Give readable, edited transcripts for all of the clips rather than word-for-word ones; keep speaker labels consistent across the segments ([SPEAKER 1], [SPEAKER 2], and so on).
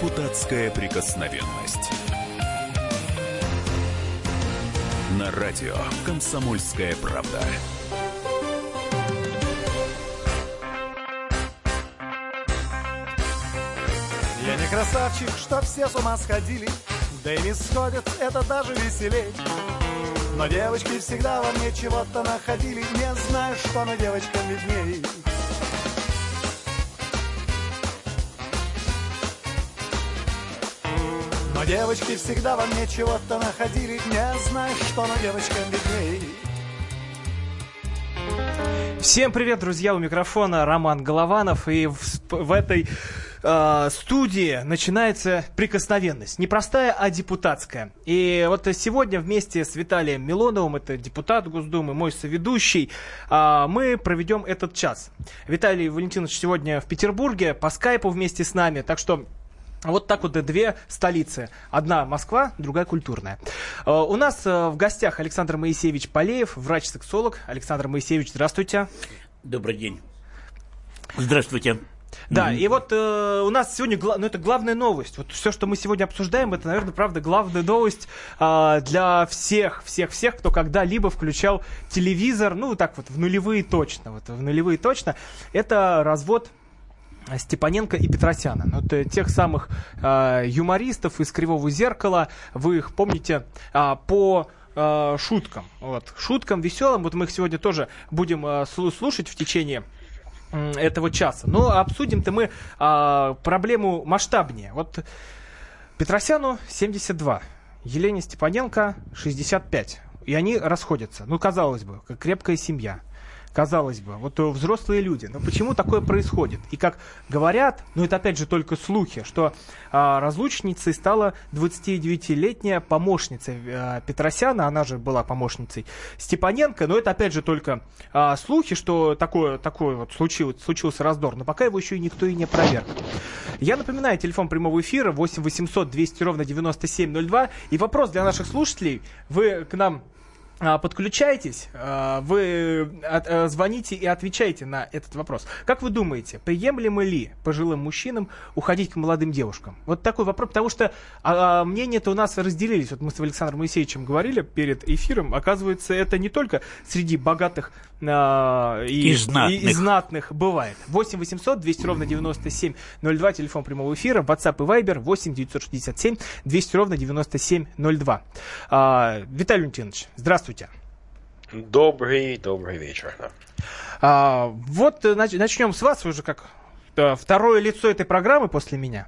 [SPEAKER 1] Депутатская прикосновенность. На радио «Комсомольская правда».
[SPEAKER 2] Я не красавчик, что все с ума сходили, да и не сходят, это даже веселей. Но девочки всегда во мне чего-то находили, не знаю, что на девочкам видней. Но девочки всегда во мне чего-то находили, не знаю, что на девочкам видней.
[SPEAKER 3] Всем привет, друзья, у микрофона Роман Голованов, и в этой студии начинается прикосновенность. Не простая, а депутатская. И вот сегодня вместе с Виталием Милоновым, это депутат Госдумы, мой соведущий, мы проведем этот час. Виталий Валентинович сегодня в Петербурге, по скайпу вместе с нами, так что вот так вот две столицы. Одна Москва, другая культурная. У нас в гостях Александр Моисеевич Полеев, врач-сексолог. Александр Моисеевич, здравствуйте.
[SPEAKER 4] Добрый день. Здравствуйте.
[SPEAKER 3] Да, и вот у нас сегодня, это главная новость. Вот все, что мы сегодня обсуждаем, это, наверное, правда, главная новость для всех, кто когда-либо включал телевизор, ну, так вот, в нулевые точно. Это развод Степаненко и Петросяна. Вот тех самых юмористов из «Кривого зеркала». Вы их помните по шуткам. Вот, шуткам веселым. Вот мы их сегодня тоже будем слушать в течение этого часа. Но обсудим-то мы проблему масштабнее. Вот Петросяну 72, Елене Степаненко 65. И они расходятся. Ну, казалось бы, как крепкая семья. Казалось бы, вот взрослые люди. Но почему такое происходит? И как говорят, ну это опять же только слухи, что разлучницей стала 29-летняя помощница Петросяна, она же была помощницей Степаненко, но это опять же только слухи, что такое вот случился раздор, но пока его еще и никто и не опроверг. Я напоминаю, телефон прямого эфира 8 800 200 ровно 9702. И вопрос для наших слушателей. Вы к нам подключайтесь, вы звоните и отвечайте на этот вопрос. Как вы думаете, приемлемо ли пожилым мужчинам уходить к молодым девушкам? Вот такой вопрос, потому что мнения-то у нас разделились. Вот мы с Александром Моисеевичем говорили перед эфиром. Оказывается, это не только среди богатых и знатных бывает. 8 800 200 ровно 9702, телефон прямого эфира, WhatsApp и Viber 8 967 200 ровно 9702. Виталий Валентинович, здравствуйте.
[SPEAKER 5] Добрый вечер.
[SPEAKER 3] Вот начнем с вас, вы уже как второе лицо этой программы после меня.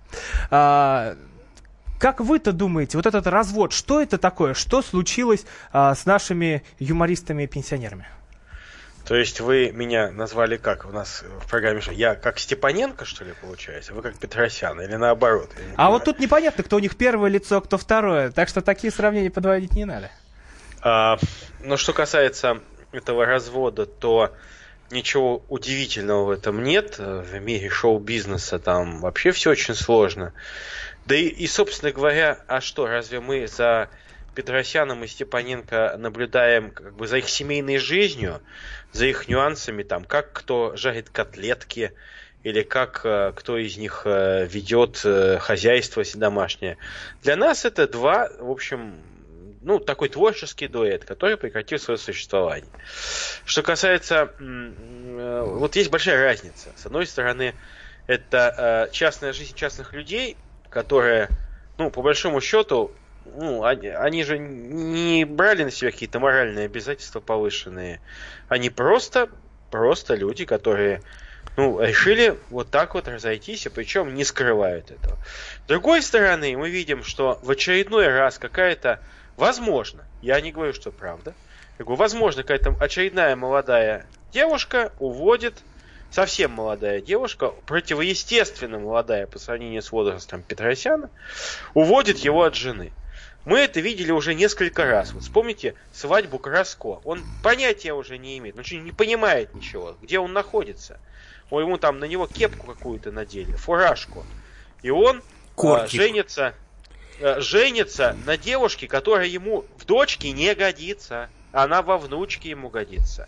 [SPEAKER 3] Как вы-то думаете, вот этот развод, что это такое? Что случилось с нашими юмористами и пенсионерами?
[SPEAKER 5] То есть вы меня назвали как у нас в программе? Я как Степаненко, что ли, получается? Вы как Петросян или наоборот?
[SPEAKER 3] Вот тут непонятно, кто у них первое лицо, кто второе. Так что такие сравнения подводить не надо.
[SPEAKER 5] Но что касается этого развода, то ничего удивительного в этом нет. В мире шоу-бизнеса там вообще все очень сложно. Да и собственно говоря, разве мы за Петросяном и Степаненко наблюдаем как бы за их семейной жизнью, за их нюансами, там, как кто жарит котлетки, или как кто из них ведет хозяйство домашнее. Для нас это два, в общем, такой творческий дуэт, который прекратил свое существование. Что касается, вот есть большая разница. С одной стороны, это частная жизнь частных людей, которые, по большому счету, они же не брали на себя какие-то моральные обязательства повышенные. Они просто люди, которые решили вот так вот разойтись, и причем не скрывают этого. С другой стороны, мы видим, что в очередной раз какая-то, возможно, я не говорю, что правда, возможно, какая-то очередная молодая девушка уводит, совсем молодая девушка, противоестественно молодая по сравнению с возрастом Петросяна, уводит его от жены. Мы это видели уже несколько раз. Вот вспомните свадьбу Краско. Он понятия уже не имеет, он не понимает ничего, где он находится. Ему там на него кепку какую-то надели, фуражку. И он женится на девушке, которая ему в дочке не годится. Она во внучке ему годится.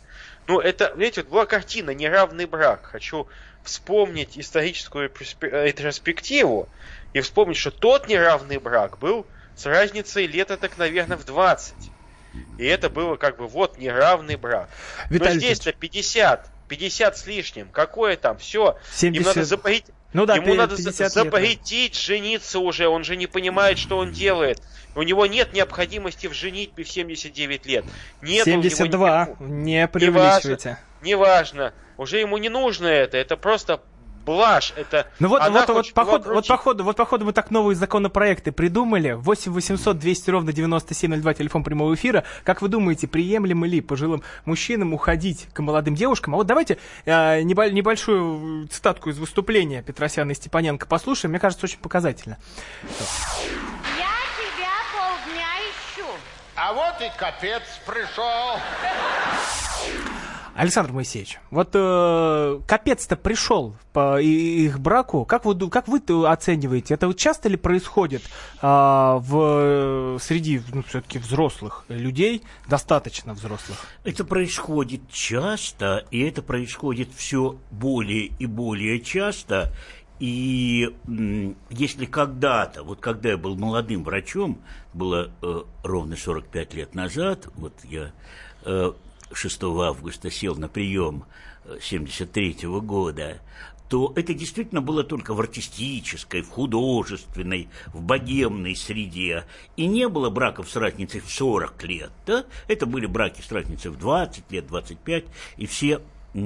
[SPEAKER 5] Ну, это, видите, вот была картина «Неравный брак». Хочу вспомнить историческую ретроспективу и вспомнить, что тот неравный брак был с разницей лет, так, наверное, в 20. И это было как бы вот неравный брак.
[SPEAKER 3] Виталий,
[SPEAKER 5] но здесь-то 50 с лишним. Какое там? Все.
[SPEAKER 3] 70...
[SPEAKER 5] Им надо запретить.
[SPEAKER 3] Ну да,
[SPEAKER 5] ему надо
[SPEAKER 3] 50
[SPEAKER 5] запретить жениться уже. Он же не понимает, что он делает. У него нет необходимости в женитьбе в 79 лет. Нет,
[SPEAKER 3] 72. Не преувеличивайте.
[SPEAKER 5] Неважно. Уже ему не нужно это. Это просто блажь. Это
[SPEAKER 3] ну вот походу мы так новые законопроекты придумали. 8 800 200 ровно 9702, телефон прямого эфира. Как вы думаете, приемлемо ли пожилым мужчинам уходить к молодым девушкам? А вот давайте небольшую цитатку из выступления Петросяна и Степаненко послушаем. Мне кажется, очень показательно.
[SPEAKER 6] Я тебя полдня ищу.
[SPEAKER 7] А вот и капец пришел.
[SPEAKER 3] Александр Моисеевич, вот капец-то пришел по их браку. Как вы оцениваете? Это часто ли происходит среди все-таки взрослых людей, достаточно взрослых?
[SPEAKER 4] Это происходит часто, и это происходит все более и более часто. И если когда-то, вот когда я был молодым врачом, было ровно 45 лет назад, вот я 6 августа сел на прием 1973 года, то это действительно было только в артистической, в художественной, в богемной среде. И не было браков с разницей в 40 лет. Да? Это были браки с разницей в 20 лет, 25, и все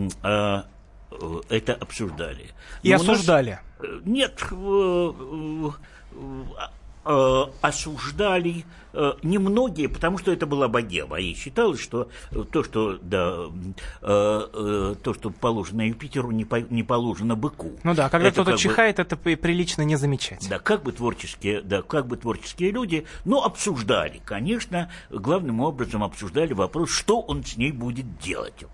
[SPEAKER 4] это обсуждали.
[SPEAKER 3] И осуждали?
[SPEAKER 4] Нет, осуждали немногие, потому что это была богема. И считалось, что то, что положено Юпитеру, не положено быку.
[SPEAKER 3] Ну да, когда кто-то чихает, это прилично не замечать.
[SPEAKER 4] Да, как бы творческие люди, но обсуждали, конечно, главным образом обсуждали вопрос, что он с ней будет делать.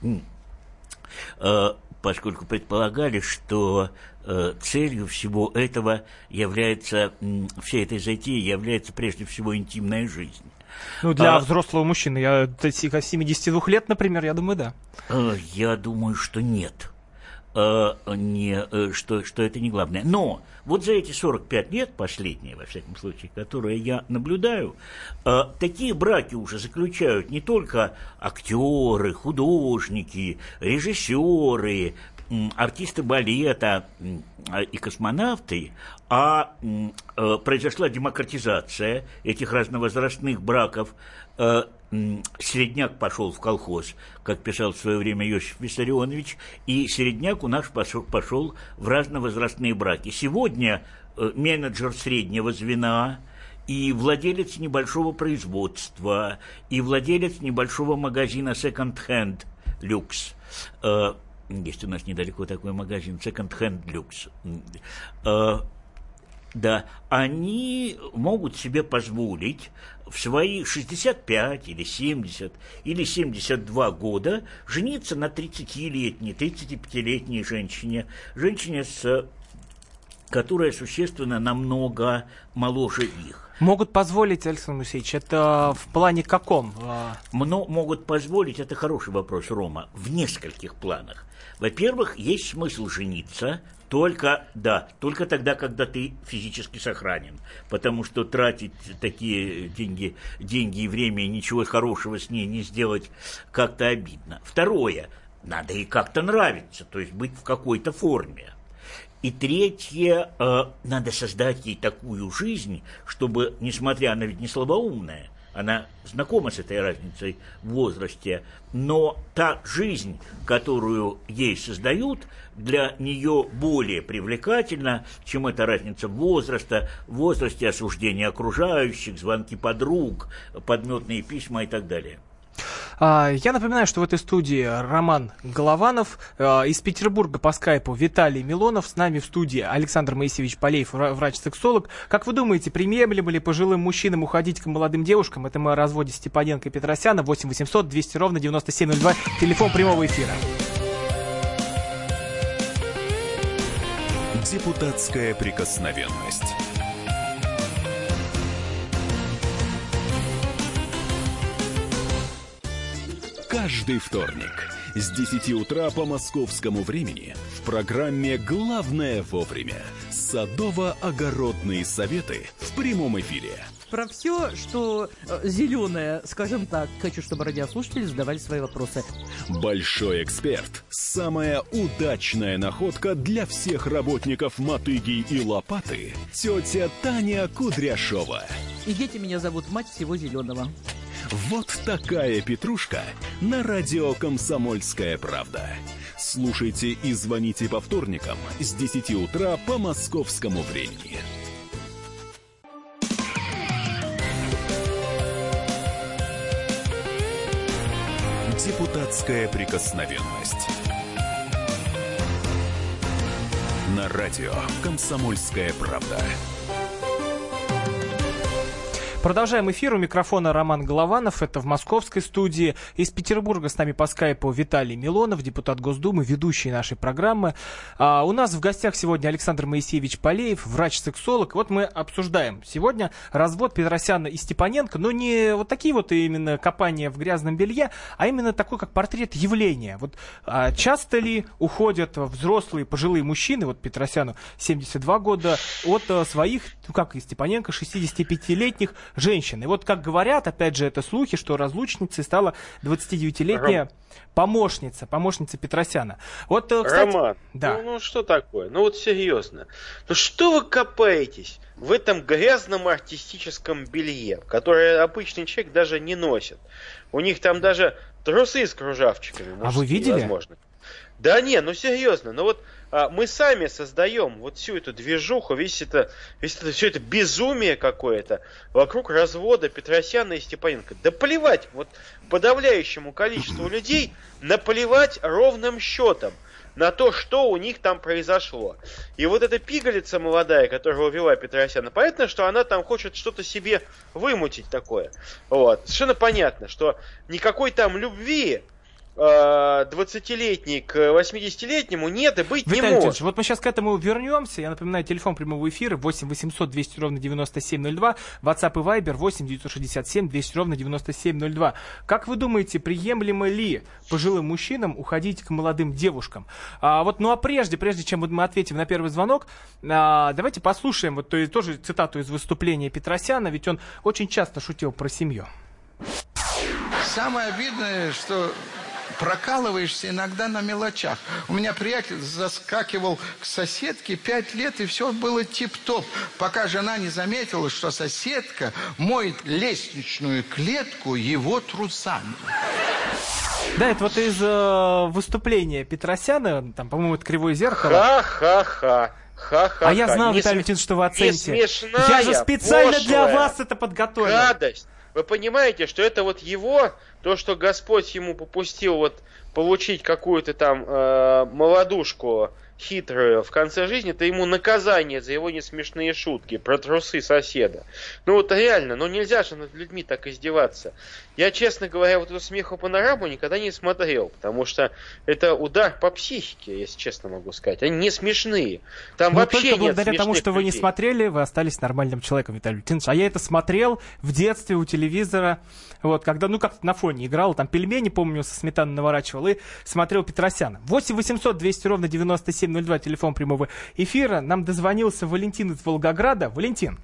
[SPEAKER 4] Поскольку предполагали, что целью всего этого является, всей этой затеи является прежде всего интимная жизнь.
[SPEAKER 3] Ну, для взрослого мужчины, 72 лет, например, я думаю, да.
[SPEAKER 4] Я думаю, что нет. Что это не главное. Но вот за эти 45 лет, последние, во всяком случае, которые я наблюдаю, такие браки уже заключают не только актеры, художники, режиссеры, артисты балета и космонавты, а произошла демократизация этих разновозрастных браков. Середняк пошел в колхоз, как писал в свое время Иосиф Виссарионович, и середняк у нас пошел в разновозрастные браки. Сегодня менеджер среднего звена и владелец небольшого производства, и владелец небольшого магазина секонд-хенд «Люкс». Есть у нас недалеко такой магазин «Секонд-хенд Люкс». Да, они могут себе позволить в свои 65 или 70 или 72 года жениться на 30-летней, 35-летней женщине, которая существенно намного моложе их.
[SPEAKER 3] Могут позволить, Александр Моисеевич, это в плане каком?
[SPEAKER 4] Могут позволить, это хороший вопрос, Рома, в нескольких планах. Во-первых, есть смысл жениться только тогда, когда ты физически сохранен. Потому что тратить такие деньги и время, и ничего хорошего с ней не сделать как-то обидно. Второе, надо ей как-то нравиться, то есть быть в какой-то форме. И третье, надо создать ей такую жизнь, чтобы, несмотря, она ведь не слабоумная, она знакома с этой разницей в возрасте, но та жизнь, которую ей создают, для нее более привлекательна, чем эта разница в возрасте, осуждения окружающих, звонки подруг, подметные письма и так далее.
[SPEAKER 3] Я напоминаю, что в этой студии Роман Голованов, из Петербурга по скайпу Виталий Милонов, с нами в студии Александр Моисеевич Полеев, врач-сексолог. Как вы думаете, приемлемо ли пожилым мужчинам уходить к молодым девушкам? Это мы о разводе Степаненко и Петросяна. 8 800 200 ровно 9702, телефон прямого эфира.
[SPEAKER 1] Депутатская прикосновенность. Каждый вторник С 10 утра по московскому времени в программе «Главное вовремя» садово-огородные советы в прямом эфире.
[SPEAKER 8] Про все, что зеленое, скажем так, хочу, чтобы радиослушатели задавали свои вопросы.
[SPEAKER 1] Большой эксперт. Самая удачная находка для всех работников мотыги и лопаты. Тетя Таня Кудряшова.
[SPEAKER 8] И дети меня зовут мать всего зеленого.
[SPEAKER 1] Вот такая петрушка на радио «Комсомольская правда». Слушайте и звоните по вторникам с 10 утра по московскому времени. Депутатская прикосновенность. На радио «Комсомольская правда».
[SPEAKER 3] Продолжаем эфир. У микрофона Роман Голованов. Это в московской студии. Из Петербурга с нами по скайпу Виталий Милонов, депутат Госдумы, ведущий нашей программы. У нас в гостях сегодня Александр Моисеевич Полеев, врач-сексолог. Вот мы обсуждаем сегодня развод Петросяна и Степаненко, но не вот такие вот именно копания в грязном белье, а именно такой, как портрет явления. Вот часто ли уходят взрослые пожилые мужчины, вот Петросяну 72 года, от своих, ну как и Степаненко, 65-летних женщин. И вот как говорят, опять же, это слухи, что разлучницей стала 29-летняя помощница Петросяна. Вот, кстати,
[SPEAKER 5] Роман,
[SPEAKER 3] да.
[SPEAKER 5] ну что такое? Ну вот серьезно. Ну что вы копаетесь в этом грязном артистическом белье, которое обычный человек даже не носит? У них там даже трусы с кружавчиками.
[SPEAKER 3] А вы видели?
[SPEAKER 5] Возможно. Да не, ну серьезно, ну вот мы сами создаем вот всю эту движуху, все это безумие какое-то вокруг развода Петросяна и Степаненко. Да плевать, вот подавляющему количеству людей наплевать ровным счетом на то, что у них там произошло. И вот эта пигалица молодая, которая увела Петросяна, понятно, что она там хочет что-то себе вымутить такое. Вот. Совершенно понятно, что никакой там любви 20-летний к 80-летнему нет и быть не
[SPEAKER 3] Виталий
[SPEAKER 5] может.
[SPEAKER 3] Владимирович, вот мы сейчас к этому вернемся. Я напоминаю, телефон прямого эфира 8 800 200 ровно 9702, WhatsApp и Viber 8 967 200 ровно 9702. Как вы думаете, приемлемо ли пожилым мужчинам уходить к молодым девушкам? Ну а прежде чем мы ответим на первый звонок, давайте послушаем вот тоже цитату из выступления Петросяна, ведь он очень часто шутил про семью.
[SPEAKER 9] Самое обидное, что прокалываешься иногда на мелочах. У меня приятель заскакивал к соседке 5 лет, и все было тип-топ, пока жена не заметила, что соседка моет лестничную клетку его трусами.
[SPEAKER 3] Да, это вот из выступления Петросяна, там, по-моему, это «Кривое зеркало».
[SPEAKER 5] Ха-ха-ха.
[SPEAKER 3] А я знал, Виталий Владимирович, что вы оцените. Я же специально для вас это подготовил.
[SPEAKER 5] Гадость. Вы понимаете, что это вот его, то, что Господь ему попустил вот получить какую-то там молодушку хитрую в конце жизни, это ему наказание за его несмешные шутки про трусы соседа. Ну вот реально, ну нельзя же над людьми так издеваться. Я, честно говоря, вот эту смехопанораму никогда не смотрел, потому что это удар по психике, если честно могу сказать. Они не смешные. Там вообще
[SPEAKER 3] только
[SPEAKER 5] нет
[SPEAKER 3] благодаря тому, что вы не
[SPEAKER 5] людей.
[SPEAKER 3] смотрели, вы остались нормальным человеком, Виталий Валентинович. А я это смотрел в детстве у телевизора, вот, когда, как-то на фоне играл, там пельмени, помню, со сметаной наворачивал, и смотрел Петросяна. 8 800 200 ровно 9702, телефон прямого эфира. Нам дозвонился Валентин из Волгограда. Валентин,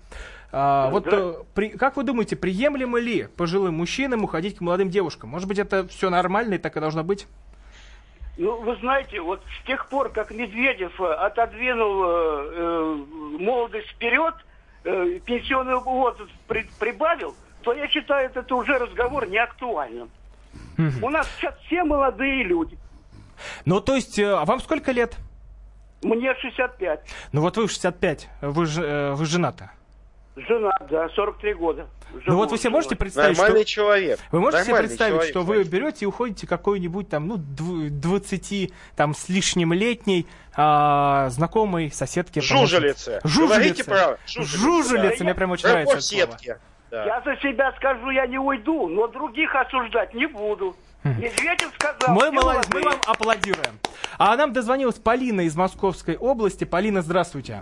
[SPEAKER 3] как вы думаете, приемлемо ли пожилым мужчинам уходить к молодым девушкам? Может быть, это все нормально и так и должно быть?
[SPEAKER 10] Ну, вы знаете, вот с тех пор, как Медведев отодвинул молодость вперед, пенсионный возраст прибавил, то я считаю, это уже разговор не актуальным. У нас сейчас все молодые люди.
[SPEAKER 3] Ну, то есть, а вам сколько лет?
[SPEAKER 10] Мне 65.
[SPEAKER 3] Ну, вот вы в 65, вы женаты.
[SPEAKER 10] Женат, да, 43 года.
[SPEAKER 3] Ну вот вы себе можете представить,
[SPEAKER 5] нормальный
[SPEAKER 3] что...
[SPEAKER 5] человек.
[SPEAKER 3] Вы можете себе представить,
[SPEAKER 5] человек,
[SPEAKER 3] что вы берете и уходите какой-нибудь там, 20 там с лишним летней знакомой соседке.
[SPEAKER 5] Жужелице. Говорите право.
[SPEAKER 3] Жужелице, мне прям очень нравится это слово.
[SPEAKER 5] Да.
[SPEAKER 10] Я за себя скажу, я не уйду, но других осуждать не буду. Медведев сказал.
[SPEAKER 3] Мы вам аплодируем. А нам дозвонилась Полина из Московской области. Полина, здравствуйте.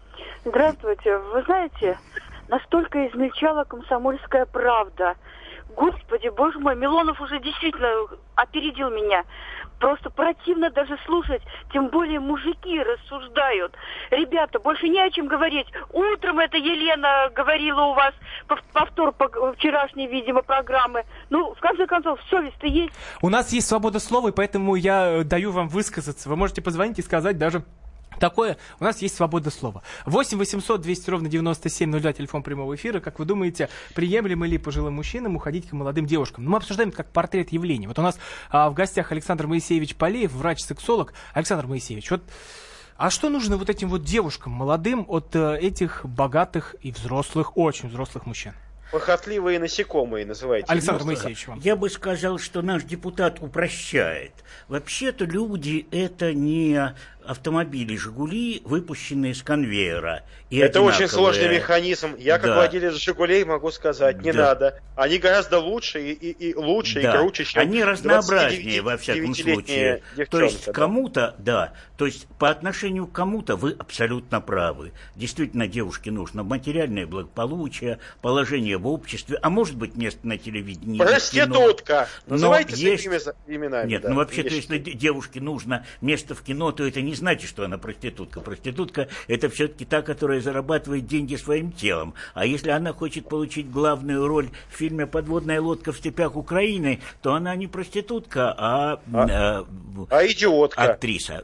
[SPEAKER 11] Здравствуйте. Вы знаете, настолько измельчала «Комсомольская правда». Господи, боже мой, Милонов уже действительно опередил меня. Просто противно даже слушать, тем более мужики рассуждают. Ребята, больше не о чем говорить. Утром это Елена говорила у вас, повтор вчерашней, видимо, программы. Ну, в конце концов, совесть-то есть.
[SPEAKER 3] У нас есть свобода слова, и поэтому я даю вам высказаться. Вы можете позвонить и сказать даже такое. У нас есть свобода слова. 8 800 200 ровно 9702, телефон прямого эфира. Как вы думаете, приемлемо ли пожилым мужчинам уходить к молодым девушкам? Ну, мы обсуждаем как портрет явления. Вот у нас в гостях Александр Моисеевич Полеев, врач-сексолог. Александр Моисеевич, вот а что нужно вот этим вот девушкам молодым от этих богатых и взрослых, очень взрослых мужчин?
[SPEAKER 5] Похотливые насекомые называйте.
[SPEAKER 3] Александр Моисеевич, вам.
[SPEAKER 4] Я бы сказал, что наш депутат упрощает. Вообще-то люди — это не автомобили «Жигули», выпущенные с конвейера. И
[SPEAKER 5] это
[SPEAKER 4] одинаковые.
[SPEAKER 5] очень сложный механизм. Я, как владелец «Жигулей», могу сказать, не надо. Они гораздо лучше и лучше, и круче, чем
[SPEAKER 4] они разнообразнее, во всяком случае. То есть кому-то, то есть по отношению к кому-то вы абсолютно правы. Действительно, девушке нужно материальное благополучие, положение в обществе, а может быть, место на телевидении.
[SPEAKER 5] Проститутка! Называйте своими именами.
[SPEAKER 4] Нет, вообще-то, если девушке нужно место в кино, то это не значит, что она проститутка. Проститутка — это все-таки та, которая зарабатывает деньги своим телом. А если она хочет получить главную роль в фильме «Подводная лодка в степях Украины», то она не проститутка, а
[SPEAKER 5] идиотка.
[SPEAKER 4] Актриса.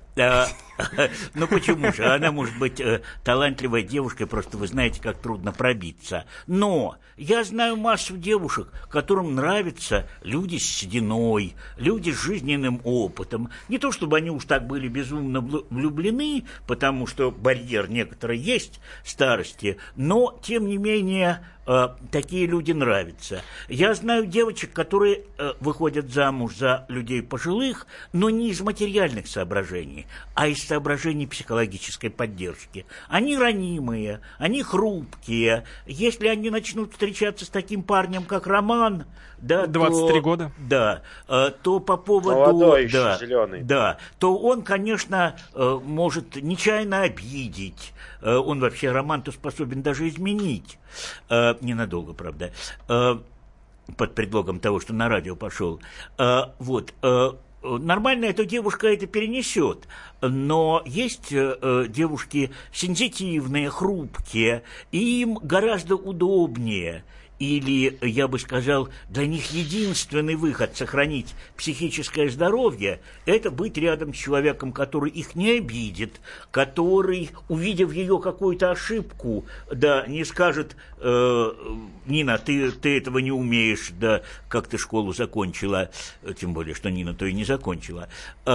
[SPEAKER 4] Ну почему же? Она может быть талантливой девушкой, просто вы знаете, как трудно пробиться. Но я знаю массу девушек, которым нравятся люди с сединой, люди с жизненным опытом. Не то чтобы они уж так были безумно влюблены, потому что барьер некоторый есть старости, но тем не менее такие люди нравятся. Я знаю девочек, которые выходят замуж за людей пожилых, но не из материальных соображений, а из соображений психологической поддержки. Они ранимые, они хрупкие. Если они начнут встречаться с таким парнем, как Роман,
[SPEAKER 3] 23 года.
[SPEAKER 4] Да, то по поводу...
[SPEAKER 5] Молодой еще, зеленый.
[SPEAKER 4] Да, то он, конечно, может нечаянно обидеть. Он вообще Роман-то способен даже изменить. Ненадолго, правда. Под предлогом того, что на радио пошел. Нормально эта девушка это перенесет, но есть девушки сенситивные, хрупкие, и им гораздо удобнее. Или, я бы сказал, для них единственный выход сохранить психическое здоровье – это быть рядом с человеком, который их не обидит, который, увидев ее какую-то ошибку, не скажет: «Нина, ты этого не умеешь, как ты школу закончила», тем более, что Нина то и не закончила,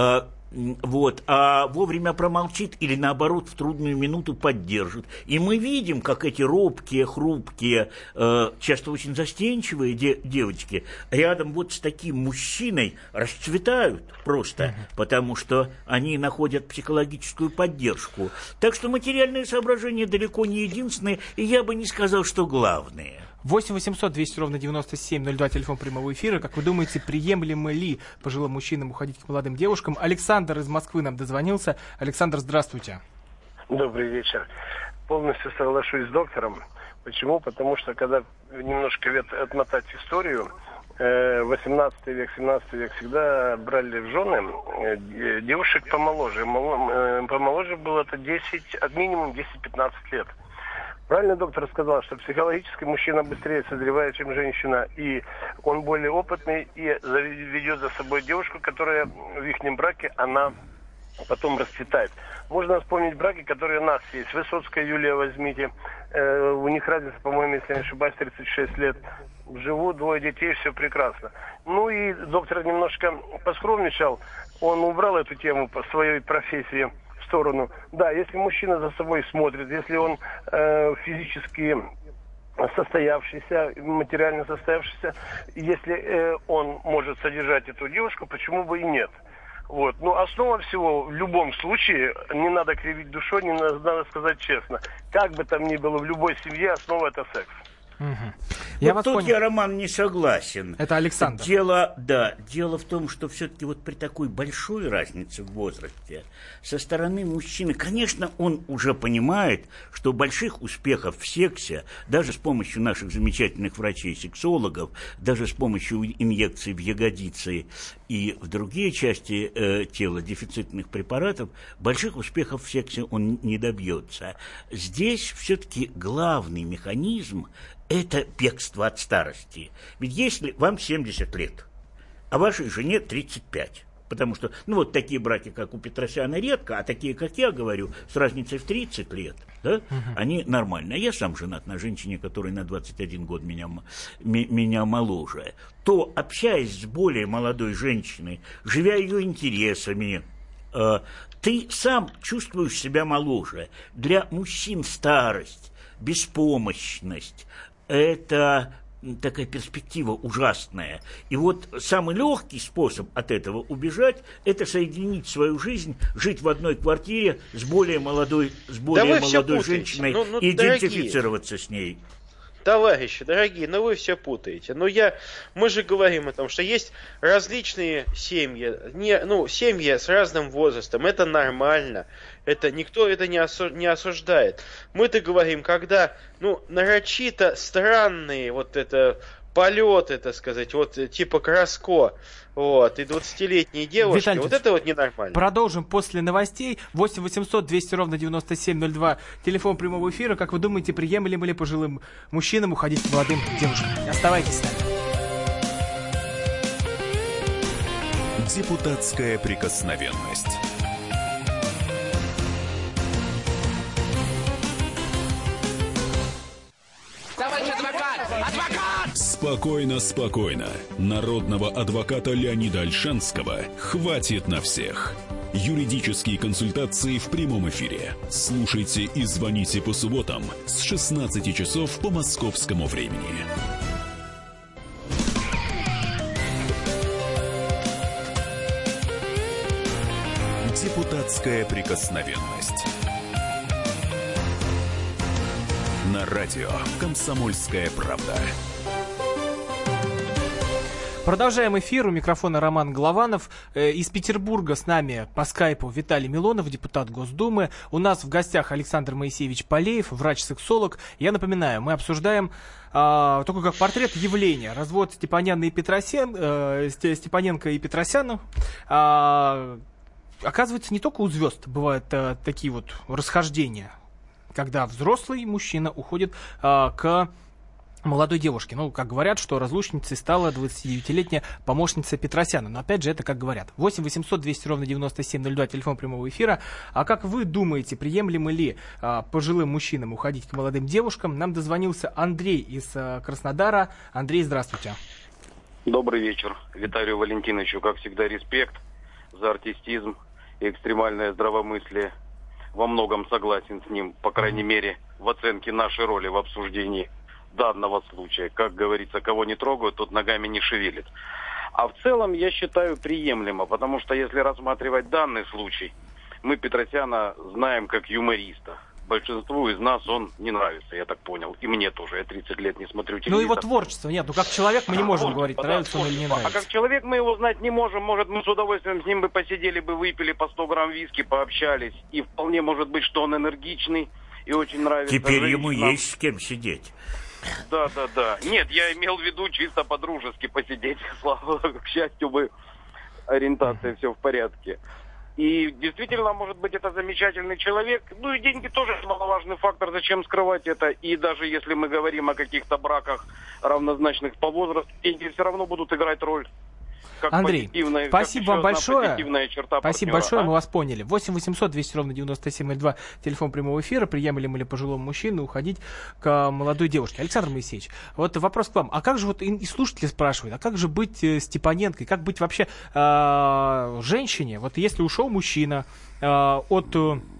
[SPEAKER 4] а вовремя промолчит или, наоборот, в трудную минуту поддержит. И мы видим, как эти робкие, хрупкие, часто очень застенчивые девочки рядом с таким мужчиной расцветают просто, потому что они находят психологическую поддержку. Так что материальные соображения далеко не единственные, и я бы не сказал, что главные.
[SPEAKER 3] 8 800 200 ровно 9702, телефон прямого эфира. Как вы думаете, приемлемо ли пожилым мужчинам уходить к молодым девушкам? Александр из Москвы нам дозвонился. Александр, здравствуйте.
[SPEAKER 12] Добрый вечер. Полностью соглашусь с доктором. Почему? Потому что, когда немножко отмотать историю, 18 век, 17 век всегда брали в жены девушек помоложе. Помоложе было это от минимум 10-15 лет. Правильно доктор сказал, что психологически мужчина быстрее созревает, чем женщина, и он более опытный и ведет за собой девушку, которая в их браке, она потом расцветает. Можно вспомнить браки, которые у нас есть. Высоцкая Юлия возьмите, у них разница, по-моему, если не ошибаюсь, 36 лет. Живут, 2 детей, все прекрасно. Ну и доктор немножко поскромничал, он убрал эту тему по своей профессии в сторону. Да, если мужчина за собой смотрит, если он физически состоявшийся, материально состоявшийся, если он может содержать эту девушку, почему бы и нет? Ну, основа всего, в любом случае, не надо кривить душой, не надо сказать честно. Как бы там ни было, в любой семье основа — это секс.
[SPEAKER 3] Я
[SPEAKER 4] вот тут понял. Я, Роман, не согласен.
[SPEAKER 3] Это Александр.
[SPEAKER 4] Дело в том, что все-таки вот при такой большой разнице в возрасте со стороны мужчины, конечно, он уже понимает, что больших успехов в сексе, даже с помощью наших замечательных врачей-сексологов, даже с помощью инъекций в ягодицы и в другие части тела, дефицитных препаратов, больших успехов в сексе он не добьется. Здесь все-таки главный механизм – это бегство от старости. Ведь если вам 70 лет, а вашей жене 35, потому что, вот такие браки, как у Петросяна, редко, а такие, как я говорю, с разницей в 30 лет, да, они нормальные. Я сам женат на женщине, которая на 21 год меня моложе. То, общаясь с более молодой женщиной, живя ее интересами, ты сам чувствуешь себя моложе. Для мужчин старость, беспомощность – это такая перспектива ужасная. И вот самый легкий способ от этого убежать – это соединить свою жизнь, жить в одной квартире с более молодой женщиной и идентифицироваться с ней.
[SPEAKER 5] Товарищи, дорогие, вы все путаете. Мы же говорим о том, что есть различные семьи, семьи с разным возрастом. Это нормально. Никто это не осуждает. Мы-то говорим, когда, нарочито странные полеты, так сказать, типа Краско, и 20-летние девушки,
[SPEAKER 3] Витальевич,
[SPEAKER 5] это ненормально.
[SPEAKER 3] Продолжим после новостей. 8 800 200 ровно 9702, телефон прямого эфира. Как вы думаете, приемлемо ли пожилым мужчинам уходить к молодым девушкам? Оставайтесь с нами.
[SPEAKER 1] Депутатская прикосновенность.
[SPEAKER 13] Товарищ адвокат!
[SPEAKER 1] Спокойно, спокойно. Народного адвоката Леонида Ольшанского хватит на всех. Юридические консультации в прямом эфире. Слушайте и звоните по субботам с 16 часов по московскому времени. Депутатская прикосновенность. На радио «Комсомольская правда».
[SPEAKER 3] Продолжаем эфир. У микрофона Роман Голованов. Из Петербурга с нами по скайпу Виталий Милонов, депутат Госдумы. У нас в гостях Александр Моисеевич Полеев, врач-сексолог. Я напоминаю, мы обсуждаем только как портрет явления. Развод Степаненко и Петросяна. Оказывается, не только у звезд бывают такие расхождения, когда взрослый мужчина уходит к молодой девушке. Как говорят, что разлучницей стала 29-летняя помощница Петросяна. Но опять же, это как говорят. 8 800 200 ровно 9702, телефон прямого эфира. А как вы думаете, приемлемо ли пожилым мужчинам уходить к молодым девушкам? Нам дозвонился Андрей из Краснодара. Андрей, здравствуйте.
[SPEAKER 14] Добрый вечер. Виталию Валентиновичу, как всегда, респект за артистизм и экстремальное здравомыслие. Во многом согласен с ним, по крайней мере, в оценке нашей роли в обсуждении данного случая. Как говорится, кого не трогают, тот ногами не шевелит. А в целом, я считаю, приемлемо, потому что если рассматривать данный случай, мы Петросяна знаем как юмориста. Большинству из нас он не нравится, я так понял. И мне тоже, я 30 лет не смотрю телевизор.
[SPEAKER 3] Его творчества нет, как человек мы не можем говорить, нравится он или не нравится.
[SPEAKER 14] А как человек мы его знать не можем. Может, мы с удовольствием с ним бы посидели, бы выпили по 100 грамм виски, пообщались. И вполне может быть, что он энергичный и очень нравится.
[SPEAKER 4] Теперь ему есть с кем сидеть.
[SPEAKER 14] Да. Нет, я имел в виду чисто по-дружески посидеть. Слава, к счастью, ориентация, все в порядке. И действительно, может быть, это замечательный человек. И деньги тоже немаловажный фактор, зачем скрывать это. И даже если мы говорим о каких-то браках равнозначных по возрасту, деньги все равно будут играть роль. Как
[SPEAKER 3] Андрей, спасибо вам большое.
[SPEAKER 14] Спасибо
[SPEAKER 3] большое, мы вас поняли. 8 800 200 ровно 9702, телефон прямого эфира. Приемлемо ли пожилому мужчине уходить к молодой девушке? Александр Моисеевич, вопрос к вам. А как же, и слушатели спрашивают, а как же быть Степаненкой? Как быть вообще женщине? Если ушел мужчина от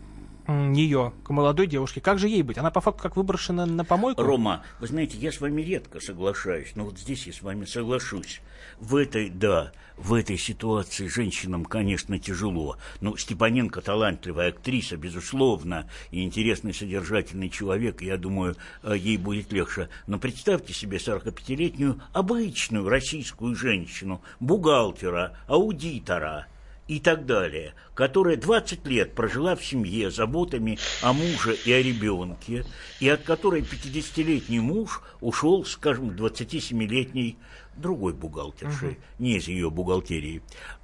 [SPEAKER 3] нее, к молодой девушке. Как же ей быть? Она по факту как выброшена на помойку?
[SPEAKER 4] Рома, вы знаете, я с вами редко соглашаюсь, но вот здесь я с вами соглашусь. В этой ситуации женщинам, конечно, тяжело. Ну, Степаненко талантливая актриса, безусловно, и интересный, содержательный человек, я думаю, ей будет легче. Но представьте себе 45-летнюю обычную российскую женщину, бухгалтера, аудитора и так далее, которая 20 лет прожила в семье заботами о муже и о ребенке, и от которой 50-летний муж ушел, скажем, к 27-летней другой бухгалтершей, не из ее бухгалтерии.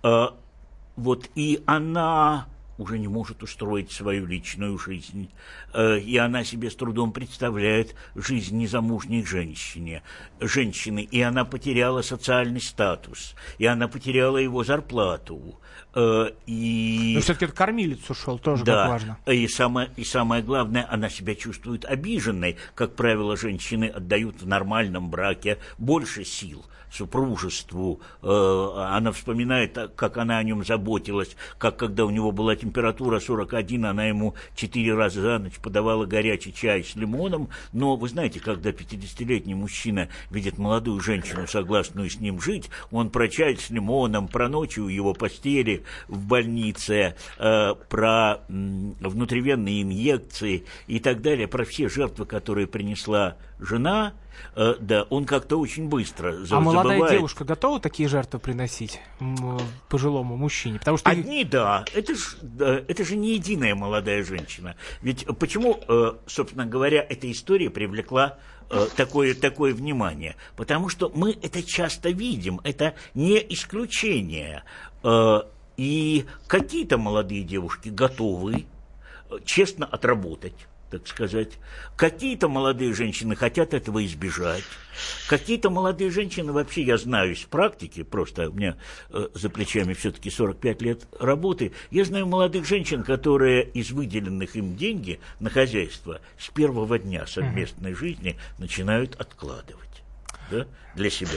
[SPEAKER 4] Вот, и она уже не может устроить свою личную жизнь, и она себе с трудом представляет жизнь незамужней женщины, и она потеряла социальный статус, и она потеряла его зарплату. Но
[SPEAKER 3] все-таки это кормилец ушел, тоже
[SPEAKER 4] да,
[SPEAKER 3] как важно.
[SPEAKER 4] И самое главное, она себя чувствует обиженной. Как правило, женщины отдают в нормальном браке больше сил супружеству. Она вспоминает, как она о нем заботилась, как когда у него была температура 41, она ему 4 раза за ночь подавала горячий чай с лимоном. Но вы знаете, когда 50-летний мужчина видит молодую женщину, согласную с ним жить, он про чай с лимоном, про ночи у его постели в больнице, про внутривенные инъекции и так далее, про все жертвы, которые принесла жена, да, он как-то очень быстро забывает.
[SPEAKER 3] А молодая девушка готова такие жертвы приносить пожилому мужчине? Потому что
[SPEAKER 4] одни, да, это же не единая молодая женщина. Ведь почему, собственно говоря, эта история привлекла такое внимание? Потому что мы это часто видим, это не исключение. И какие-то молодые девушки готовы честно отработать, так сказать. Какие-то молодые женщины хотят этого избежать. Какие-то молодые женщины, вообще я знаю из практики, просто у меня за плечами все-таки 45 лет работы, я знаю молодых женщин, которые из выделенных им деньги на хозяйство с первого дня совместной жизни начинают откладывать. Да, для себя,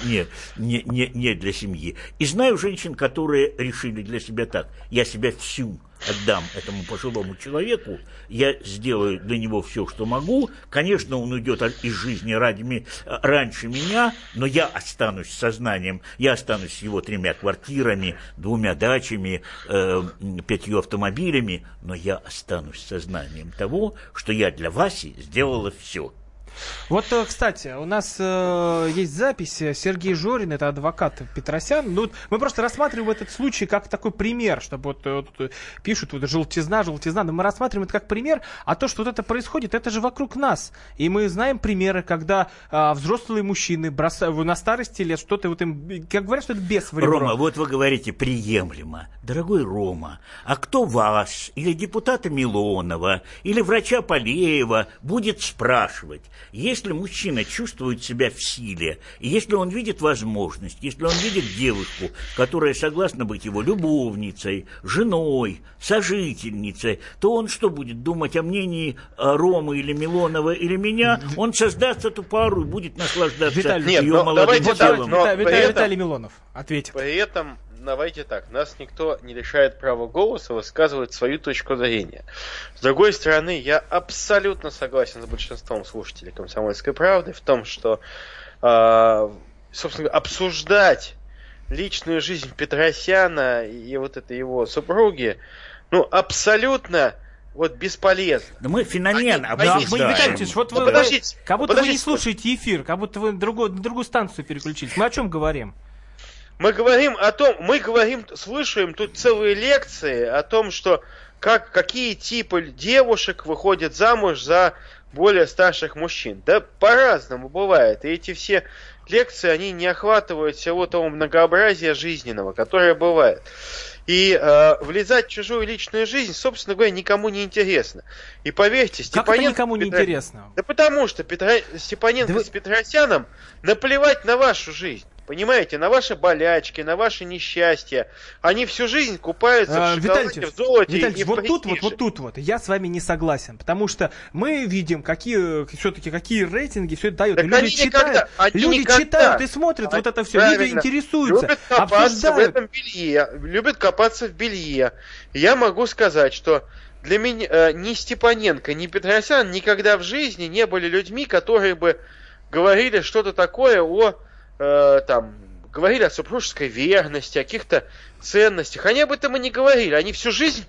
[SPEAKER 4] не для семьи. И знаю женщин, которые решили для себя так: я себя всю отдам этому пожилому человеку, я сделаю для него все, что могу. Конечно, он уйдет из жизни раньше меня, но я останусь с сознанием, я останусь с его 3 квартирами, 2 дачами, 5 автомобилями, но я останусь с сознанием того, что я для Васи сделала все.
[SPEAKER 3] Вот, кстати, у нас есть запись. Сергей Жорин, это адвокат Петросян. Ну, мы просто рассматриваем этот случай как такой пример, чтобы вот пишут, вот желтизна, но мы рассматриваем это как пример, а то, что вот это происходит, это же вокруг нас. И мы знаем примеры, когда взрослые мужчины бросают на старости лет что-то, вот им, как говорят, что это бес в ребро.
[SPEAKER 4] Рома, вот вы говорите приемлемо. Дорогой Рома, а кто вас, или депутата Милонова, или врача Полеева будет спрашивать, если мужчина чувствует себя в силе, и если он видит возможность, если он видит девушку, которая согласна быть его любовницей, женой, сожительницей, то он что будет думать о мнении Ромы или Милонова или меня? Он создаст эту пару и будет наслаждаться ее молодым телом.
[SPEAKER 3] Виталий Милонов ответит.
[SPEAKER 5] При этом давайте так, нас никто не лишает права голоса высказывать свою точку зрения. С другой стороны, я абсолютно согласен с большинством слушателей «Комсомольской правды» в том, что, собственно, обсуждать личную жизнь Петросяна и вот этой его супруги, ну, абсолютно вот бесполезно.
[SPEAKER 4] Да мы феномен
[SPEAKER 3] обсуждаем. Вот вы, подождите, как будто вы не слушаете эфир, как будто вы на другую станцию переключились. Мы о чем говорим?
[SPEAKER 5] Мы говорим, слушаем тут целые лекции о том, что какие типы девушек выходят замуж за более старших мужчин. Да по-разному бывает. И эти все лекции, они не охватывают всего того многообразия жизненного, которое бывает. И влезать в чужую личную жизнь, собственно говоря, никому не интересно. И поверьте, Степаненко...
[SPEAKER 3] Как это никому не интересно?
[SPEAKER 5] Да потому что Степаненко с Петросяном наплевать на вашу жизнь. Понимаете, на ваши болячки, на ваши несчастья. Они всю жизнь купаются в шоколаде, в золоте и в престиже.
[SPEAKER 3] Вот тут я с вами не согласен. Потому что мы видим, какие рейтинги все это дает.
[SPEAKER 5] Так
[SPEAKER 3] люди читают и смотрят вот это все. Люди интересуются,
[SPEAKER 5] любят копаться
[SPEAKER 3] обсуждают.
[SPEAKER 5] в этом белье. Любят копаться в белье. Я могу сказать, что для меня ни Степаненко, ни Петросян никогда в жизни не были людьми, которые бы говорили что-то такое говорили о супружеской верности, о каких-то ценностях. Они об этом и не говорили. Они всю жизнь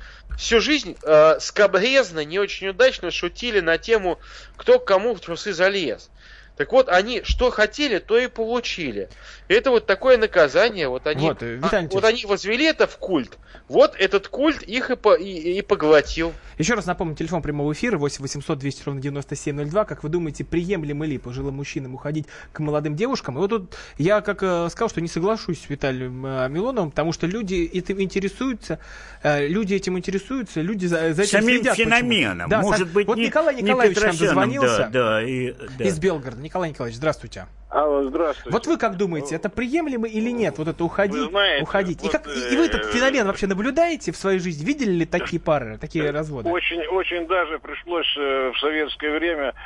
[SPEAKER 5] скабрезно, не очень удачно шутили на тему, кто к кому в трусы залез. Так вот, они что хотели, то и получили. И это вот такое наказание. Вот они возвели это в культ. Вот этот культ их и поглотил.
[SPEAKER 3] Еще раз напомню, телефон прямого эфира 8 800 200 ровно 9702. Как вы думаете, приемлемо ли пожилым мужчинам уходить к молодым девушкам? И вот тут я сказал, что не соглашусь с Виталием Милоновым, потому что люди этим интересуются, люди за этим
[SPEAKER 4] самим
[SPEAKER 3] следят.
[SPEAKER 4] Феноменом.
[SPEAKER 3] Да,
[SPEAKER 4] может быть,
[SPEAKER 3] вот Николай Николаевич нам дозвонился
[SPEAKER 4] да.
[SPEAKER 3] из Белгорода. Николай Николаевич, здравствуйте.
[SPEAKER 12] Алло, здравствуйте.
[SPEAKER 3] Вот вы как думаете, это приемлемо или нет? Вот это уходить?
[SPEAKER 12] Вот,
[SPEAKER 3] и вы этот феномен вообще наблюдаете в своей жизни? Видели ли такие пары, такие разводы?
[SPEAKER 12] Очень даже пришлось в советское время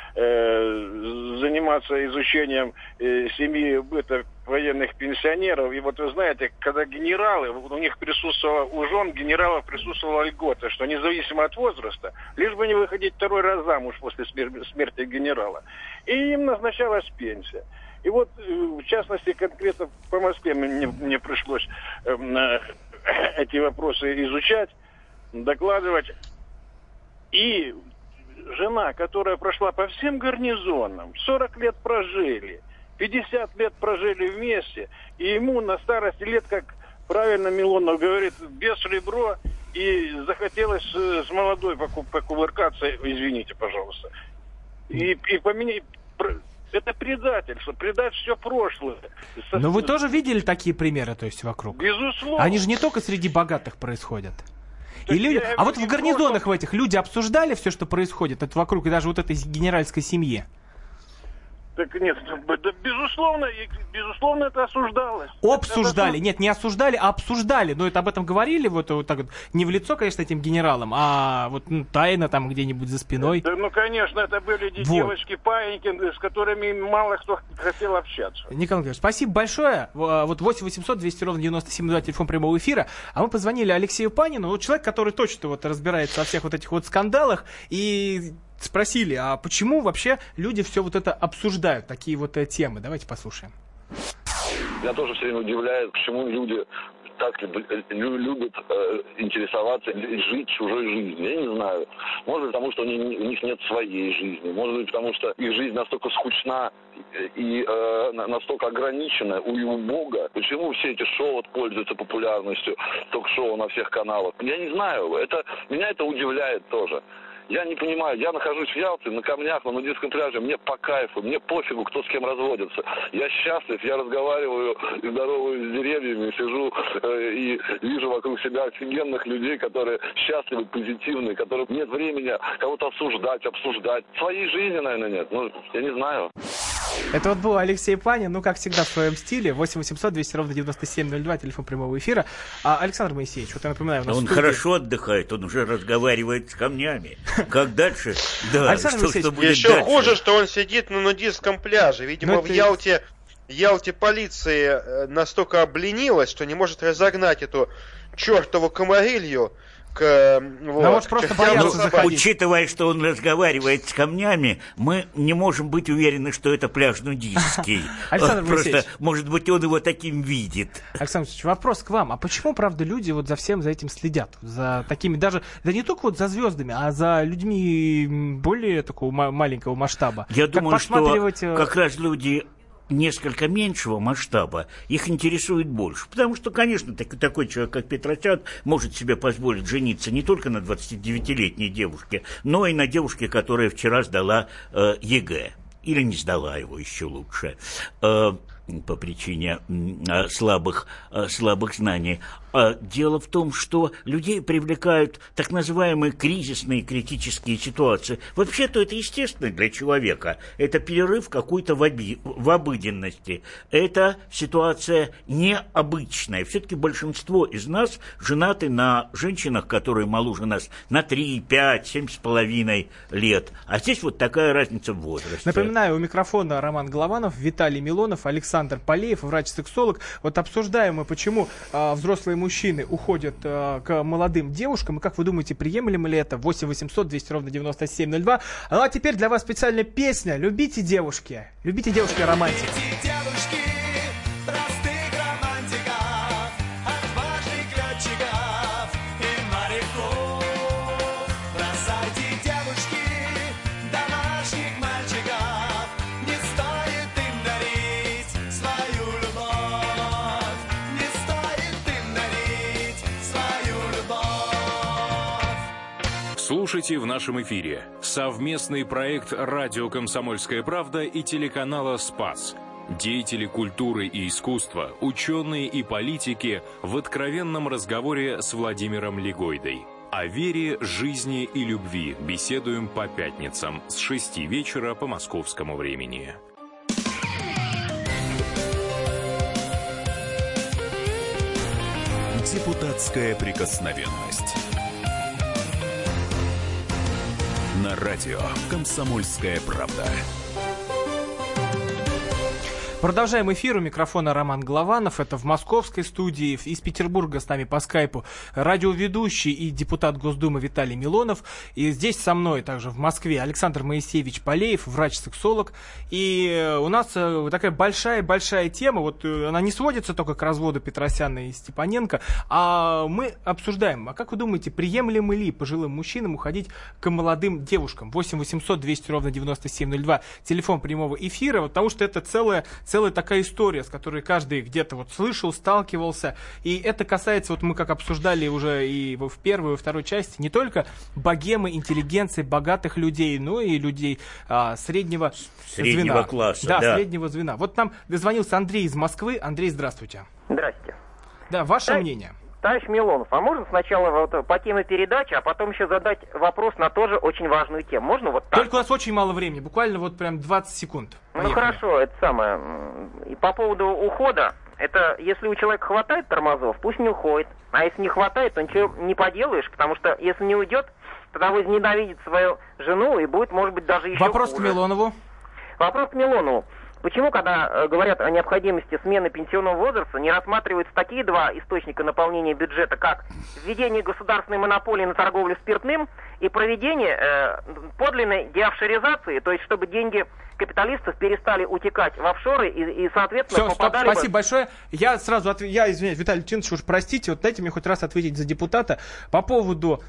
[SPEAKER 12] заниматься изучением семьи быта военных пенсионеров. И вот вы знаете, когда генералы, у них у жен генералов присутствовала льгота, что независимо от возраста, лишь бы не выходить второй раз замуж после смерти генерала. И им назначалась пенсия. И вот, в частности, конкретно по Москве мне пришлось эти вопросы изучать, докладывать. И жена, которая прошла по всем гарнизонам, 40 лет прожили, 50 лет прожили вместе, и ему на старости лет, как правильно Милонов говорит, без ребро, и захотелось с молодой покувыркаться, извините, пожалуйста. И поменять... Это предательство, предать все прошлое.
[SPEAKER 3] Но вы тоже видели такие примеры, то есть, вокруг?
[SPEAKER 12] Безусловно.
[SPEAKER 3] Они же не только среди богатых происходят. А вот в гарнизонах в этих люди обсуждали все, что происходит вокруг, и даже вот этой генеральской семье?
[SPEAKER 12] Так нет, безусловно, это осуждалось.
[SPEAKER 3] Обсуждали, нет, не осуждали, а обсуждали. Но это об этом говорили вот так вот, не в лицо, конечно, этим генералам, а вот тайно там где-нибудь за спиной.
[SPEAKER 12] Да, конечно, это были девочки-паиньки, с которыми мало кто хотел общаться.
[SPEAKER 3] Николай Николаевич, спасибо большое. Вот 8 800 200 ровно 9702, телефон прямого эфира. А мы позвонили Алексею Панину, вот человек, который точно вот разбирается во всех вот этих вот скандалах, и спросили, а почему вообще люди все вот это обсуждают, такие вот темы? Давайте послушаем.
[SPEAKER 15] Меня тоже все время удивляет, почему люди так любят интересоваться, жить чужой жизнью. Я не знаю. Может быть, потому что у них нет своей жизни. Может быть, потому что их жизнь настолько скучна и настолько ограничена и убога. Почему все эти шоу пользуются популярностью, ток-шоу на всех каналах? Я не знаю. Меня это удивляет тоже. Я не понимаю, я нахожусь в Ялте, на камнях, на нудистском пляже, мне по кайфу, мне пофигу, кто с кем разводится. Я счастлив, я разговариваю и здороваюсь с деревьями, сижу и вижу вокруг себя офигенных людей, которые счастливы, позитивные, которым нет времени кого-то обсуждать. Своей жизни, наверное, нет, я не знаю.
[SPEAKER 3] Это вот был Алексей Панин, как всегда, в своем стиле. 8 800 200 ровно 9702, телефон прямого эфира. Александр Моисеевич, вот я напоминаю, у нас
[SPEAKER 4] он хорошо отдыхает, он уже разговаривает с камнями. Как дальше? Да,
[SPEAKER 3] Александр Моисеевич,
[SPEAKER 5] еще дальше? Хуже, что он сидит на нудистском пляже. Видимо, в Ялте полиция настолько обленилась, что не может разогнать эту чертову комарилью.
[SPEAKER 4] Учитывая, что он разговаривает с камнями, мы не можем быть уверены, что это пляж нудистский. Просто, может быть, он его таким видит.
[SPEAKER 3] Александр Алексеевич, вопрос к вам. А почему, правда, люди вот за всем за этим следят? За такими даже, да не только вот за звездами, а за людьми более такого маленького масштаба?
[SPEAKER 4] Я думаю, что как раз люди несколько меньшего масштаба их интересует больше. Потому что, конечно, такой человек, как Петросян, может себе позволить жениться не только на 29-летней девушке, но и на девушке, которая вчера сдала ЕГЭ. Или не сдала его, еще лучше. по причине слабых знаний. Дело в том, что людей привлекают так называемые кризисные, критические ситуации. Вообще-то это естественно для человека. Это перерыв какой-то в обыденности. Это ситуация необычная. Все-таки большинство из нас женаты на женщинах, которые моложе нас на 3, 5, 7,5 лет. А здесь вот такая разница в возрасте.
[SPEAKER 3] Напоминаю, у микрофона Роман Голованов, Виталий Милонов, Александр Полеев, врач-сексолог. Вот обсуждаем мы, почему взрослые мужчины уходят к молодым девушкам. И как вы думаете, приемлемо ли это? 8 800 200 ровно 9702. Ну а теперь для вас специальная песня. Любите девушки романтики.
[SPEAKER 16] Слушайте в нашем эфире совместный проект «Радио Комсомольская правда» и телеканала «Спас». Деятели культуры и искусства, ученые и политики в откровенном разговоре с Владимиром Легойдой. О вере, жизни и любви беседуем по пятницам с 6 вечера по московскому времени.
[SPEAKER 1] Депутатская прикосновенность. На радио «Комсомольская правда».
[SPEAKER 3] Продолжаем эфир. У микрофона Роман Голованов. Это в московской студии. Из Петербурга с нами по скайпу радиоведущий и депутат Госдумы Виталий Милонов. И здесь со мной также в Москве Александр Моисеевич Полеев, врач-сексолог. И у нас такая большая тема. Вот она не сводится только к разводу Петросяна и Степаненко, а мы обсуждаем, а как вы думаете, приемлемо ли пожилым мужчинам уходить к молодым девушкам? 8 800 200 ровно 9702. Телефон прямого эфира. Вот, потому что это целая такая история, с которой каждый где-то вот слышал, сталкивался. И это касается, вот мы как обсуждали уже и в первой, и во второй части, не только богемы, интеллигенции, богатых людей, но и людей среднего звена.
[SPEAKER 4] Класса.
[SPEAKER 3] Да, среднего звена. Вот нам дозвонился Андрей из Москвы. Андрей, здравствуйте.
[SPEAKER 17] Здрасте.
[SPEAKER 3] Да, ваше мнение.
[SPEAKER 17] Товарищ Милонов, а можно сначала вот по теме передачи, а потом еще задать вопрос на тоже очень важную тему? Можно вот так?
[SPEAKER 3] Только у нас очень мало времени, буквально вот прям 20 секунд. Поехали.
[SPEAKER 17] Ну хорошо, это самое. И по поводу ухода, это если у человека хватает тормозов, пусть не уходит. А если не хватает, то ничего не поделаешь, потому что если не уйдет, тогда возненавидит свою жену и будет, может быть, даже еще
[SPEAKER 3] Вопрос
[SPEAKER 17] хуже.
[SPEAKER 3] к Милонову.
[SPEAKER 17] Вопрос к Милонову. Почему, когда говорят о необходимости смены пенсионного возраста, не рассматриваются такие два источника наполнения бюджета, как введение государственной монополии на торговлю спиртным и проведение подлинной деофшоризации, то есть чтобы деньги капиталистов перестали утекать в офшоры и соответственно, попадали...
[SPEAKER 3] Стоп, спасибо большое. Я сразу я извиняюсь, Виталий Леонидович, уж простите, вот дайте мне хоть раз ответить за депутата. По поводу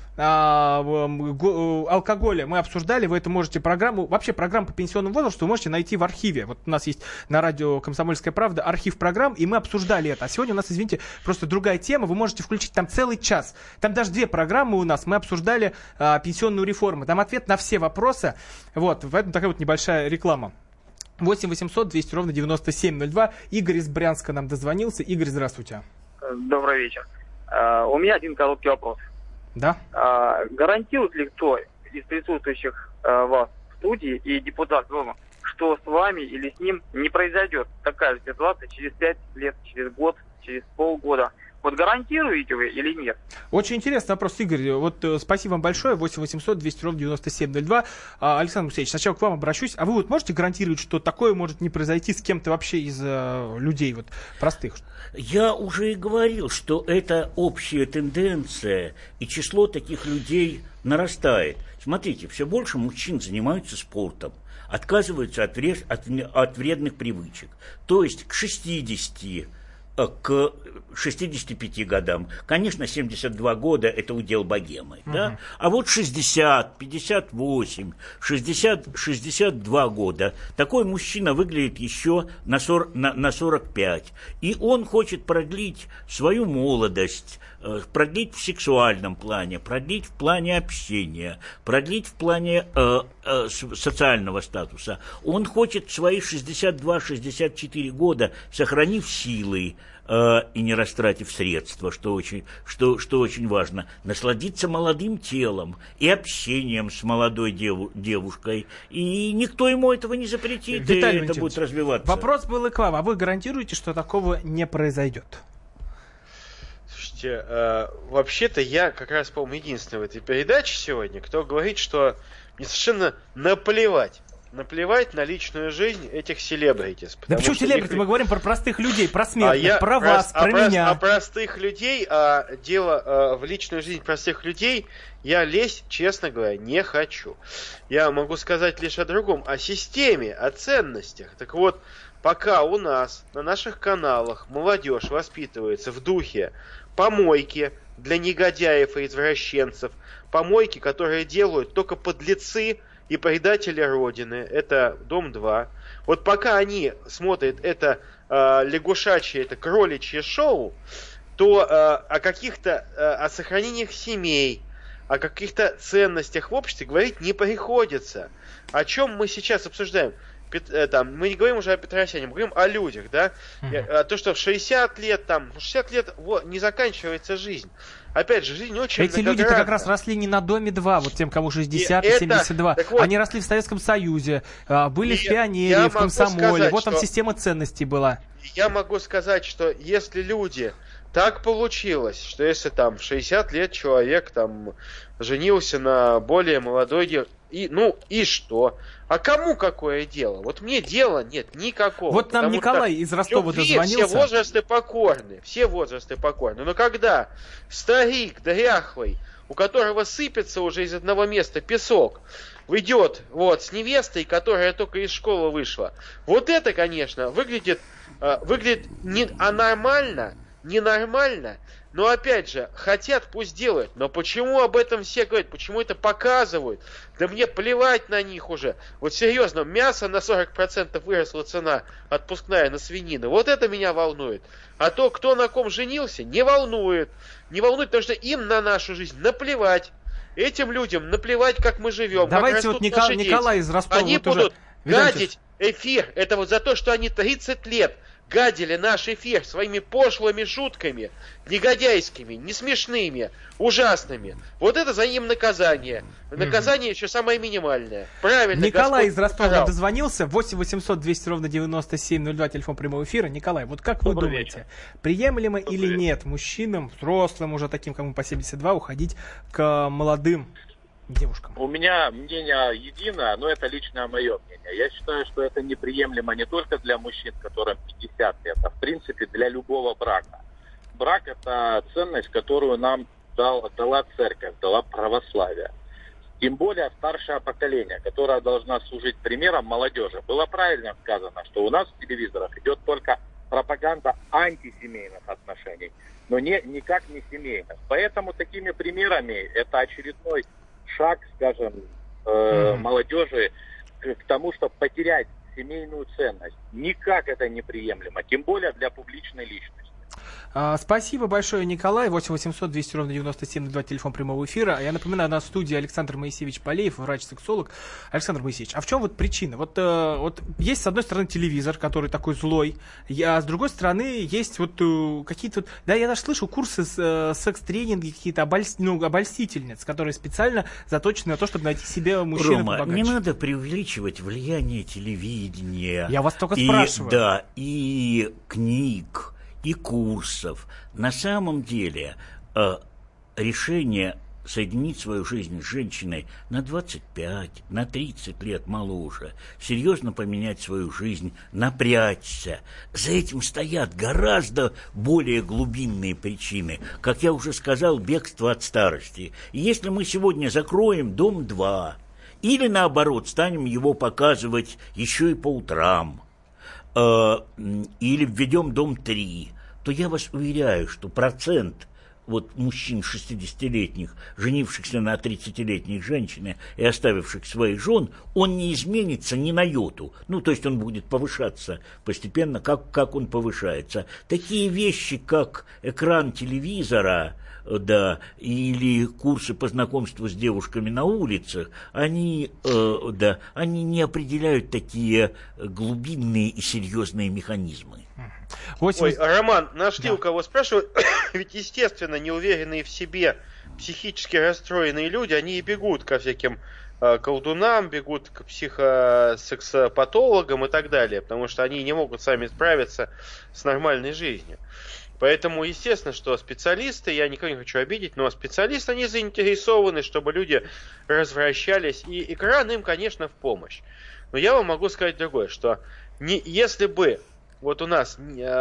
[SPEAKER 3] алкоголя мы обсуждали, вы это можете программу по пенсионному возрасту вы можете найти в архиве. Вот у нас есть на радио «Комсомольская правда» архив программ, и мы обсуждали это. А сегодня у нас, извините, просто другая тема, вы можете включить там целый час. Там даже 2 программы у нас, мы обсуждали пенсионную реформу. Там ответ на все вопросы. Вот, поэтому такая вот небольшая реклама. 8 800 200 ровно 9702. Игорь из Брянска нам дозвонился. Игорь, здравствуйте.
[SPEAKER 18] Добрый вечер. У меня один короткий вопрос.
[SPEAKER 3] Да?
[SPEAKER 18] Гарантирует ли кто из присутствующих вас в студии и депутат Госдумы, что с вами или с ним не произойдет такая же ситуация через 5 лет, через год, через полгода? Вот гарантируете вы или нет?
[SPEAKER 3] Очень интересный вопрос, Игорь. Вот спасибо вам большое. 8 800 200 ровно 9702. Александр Алексеевич, сначала к вам обращусь. А вы вот можете гарантировать, что такое может не произойти с кем-то вообще из людей вот простых?
[SPEAKER 4] Я уже и говорил, что это общая тенденция, и число таких людей нарастает. Смотрите, все больше мужчин занимаются спортом, отказываются от вредных привычек. То есть к 65 годам. Конечно, 72 года – это удел богемы. Да? А вот 60, 58, 62 года такой мужчина выглядит еще на 45. И он хочет продлить свою молодость, продлить в сексуальном плане, продлить в плане общения, продлить в плане социального статуса. Он хочет свои 62-64 года, сохранив силы и не растратив средства, что очень важно, насладиться молодым телом и общением с молодой девушкой. И никто ему этого не запретит,
[SPEAKER 3] Виталий
[SPEAKER 4] и это будет развиваться.
[SPEAKER 3] Вопрос был и к вам. А вы гарантируете, что такого не произойдет?
[SPEAKER 5] Слушайте, вообще-то я как раз, по-моему, единственный в этой передаче сегодня, кто говорит, что мне совершенно наплевать на личную жизнь этих селебритис.
[SPEAKER 3] Да почему селебрити? Мы говорим про простых людей, про смертных, про вас, про меня.
[SPEAKER 5] О простых людей, дело в личную жизнь простых людей я лезть, честно говоря, не хочу. Я могу сказать лишь о другом, о системе, о ценностях. Так вот, пока у нас на наших каналах молодежь воспитывается в духе помойки для негодяев и извращенцев, помойки, которые делают только подлецы и предатели Родины, это Дом-2. Вот пока они смотрят это лягушачье, это кроличье шоу, то о сохранениях семей, о каких-то ценностях в обществе говорить не приходится. О чем мы сейчас обсуждаем? Мы не говорим уже о Петросяне, мы говорим о людях, да? То, что в 60 лет не заканчивается жизнь. Опять же, жизнь очень
[SPEAKER 3] Эти люди-то как раз росли не на Доме-2, вот тем, кому 60 и 72. Вот, они росли в Советском Союзе, были в пионере, в комсомоле. Вот там система ценностей была.
[SPEAKER 5] Я могу сказать, что если люди... Так получилось, что если там в 60 лет человек там женился на более молодой девушке, и что? А кому какое дело? Вот мне дела нет никакого.
[SPEAKER 3] Вот нам Николай из Ростова дозвонился.
[SPEAKER 5] Все возрасты покорны. Но когда старик дряхлый, у которого сыпется уже из одного места песок, идет с невестой, которая только из школы вышла, вот это, конечно, выглядит ненормально, но опять же, хотят, пусть делают. Но почему об этом все говорят? Почему это показывают? Да мне плевать на них уже. Вот серьезно, мясо на 40% выросла цена отпускная на свинину. Вот это меня волнует. А то, кто на ком женился, не волнует. Не волнует, потому что им на нашу жизнь наплевать. Этим людям наплевать, как мы живем.
[SPEAKER 3] Давайте вот Николай из Ростова.
[SPEAKER 5] Они будут гадить эфир. Это вот за то, что они 30 лет гадили наш эфир своими пошлыми шутками, негодяйскими, несмешными, ужасными. Вот это за ним наказание. Наказание еще самое минимальное. Правильно.
[SPEAKER 3] Николай из Ростова дозвонился. 8-800-200-97-02, телефон прямого эфира. Николай, вот как вы думаете, приемлемо или нет мужчинам, взрослым, уже таким, кому по 72, уходить к молодым девушкам?
[SPEAKER 19] У меня мнение единое, но это личное мое мнение. Я считаю, что это неприемлемо не только для мужчин, которым 50 лет, а в принципе для любого брака. Брак – это ценность, которую нам дала церковь, дала православие. Тем более старшее поколение, которое должно служить примером молодежи. Было правильно сказано, что у нас в телевизорах идет только пропаганда антисемейных отношений, но никак не семейных. Поэтому такими примерами это очередной шаг, скажем, молодежи к тому, чтобы потерять семейную ценность. Никак это неприемлемо, тем более для публичной личности.
[SPEAKER 3] Спасибо большое, Николай. 8-800-200-97-02, телефон прямого эфира. Я напоминаю, у нас в студии Александр Моисеевич Полеев, врач-сексолог. Александр Моисеевич, а в чем вот причина? Вот есть, с одной стороны, телевизор, который такой злой, а с другой стороны, есть вот какие-то... Да, я даже слышу курсы секс-тренинги, какие-то обольстительниц, которые специально заточены на то, чтобы найти себе мужчину побогаче.
[SPEAKER 4] Рома, не надо преувеличивать влияние телевидения.
[SPEAKER 3] Я вас только спрашиваю.
[SPEAKER 4] Да, и книг, и курсов. На самом деле решение соединить свою жизнь с женщиной на 25, на 30 лет моложе, серьезно поменять свою жизнь, напрячься. За этим стоят гораздо более глубинные причины. Как я уже сказал, бегство от старости. И если мы сегодня закроем Дом-2, или наоборот, станем его показывать еще и по утрам, или введем Дом-3, то я вас уверяю, что процент вот мужчин 60-летних, женившихся на 30-летних женщине и оставивших своих жен, он не изменится ни на йоту. Ну, то есть он будет повышаться постепенно, как он повышается. Такие вещи, как экран телевизора, да, или курсы по знакомству с девушками на улицах, они не определяют такие глубинные и серьезные механизмы.
[SPEAKER 5] Ой, Роман, нашли у кого спрашивают, ведь, естественно, неуверенные в себе, психически расстроенные люди, они и бегут ко всяким колдунам, бегут к психосексопатологам и так далее, потому что они не могут сами справиться с нормальной жизнью. Поэтому, естественно, что специалисты, я никого не хочу обидеть, но специалисты, они заинтересованы, чтобы люди развращались, и экран им, конечно, в помощь. Но я вам могу сказать другое, что если бы вот у нас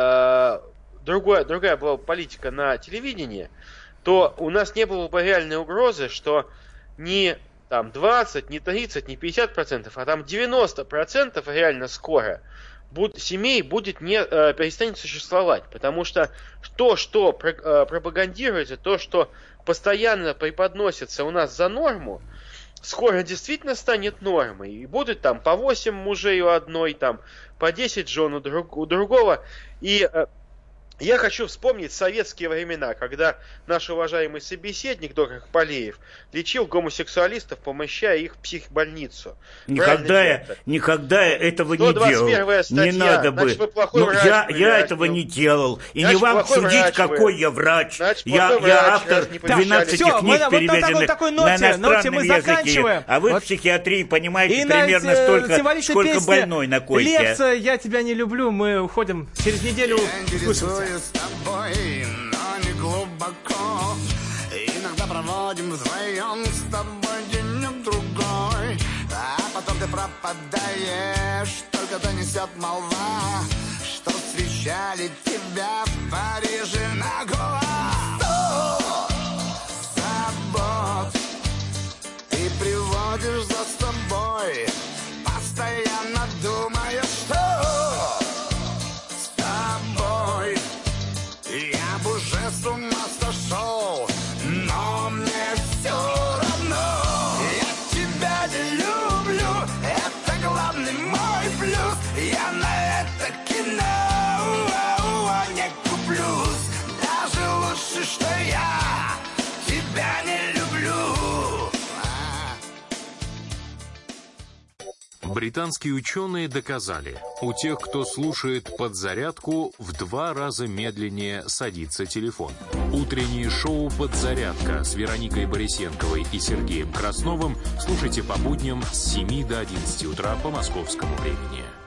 [SPEAKER 5] другая была политика на телевидении, то у нас не было бы реальной угрозы, что не там 20, не 30, не 50%, а там 90% реально скоро семей перестанет существовать, потому что то, что пропагандируется, то, что постоянно преподносится у нас за норму, скоро действительно станет нормой, и будет там по 8 мужей у одной, там по 10 жен у другого, и я хочу вспомнить советские времена, когда наш уважаемый собеседник, доктор Полеев, лечил гомосексуалистов, помещая их в психбольницу.
[SPEAKER 4] Никогда я этого не делал.
[SPEAKER 5] Статья.
[SPEAKER 4] Не надо бы. Я этого не делал. И не вам судить, какой я врач. Я автор 12 книг, переведенных на иностранном языке. А вы в психиатрии понимаете примерно столько, сколько больной на койке.
[SPEAKER 3] Лекция «Я тебя не люблю», мы уходим через неделю. Слушайте.
[SPEAKER 2] С тобой, но не глубоко. Иногда проводим вдвоем с тобой денек-другой. А потом ты пропадаешь, только донесет молва, что встречали тебя в Париже на Гоа. 100 забот ты приводишь за собой, постоянно думаешь, что с ума сошел, но мне все равно. Я тебя не люблю, это главный мой плюс. Я на это кино не куплюсь. Даже лучше, что я тебя не люблю.
[SPEAKER 16] Британские ученые доказали, у тех, кто слушает «Подзарядку», в 2 раза медленнее садится телефон. Утреннее шоу «Подзарядка» с Вероникой Борисенковой и Сергеем Красновым слушайте по будням с 7 до 11 утра по московскому времени.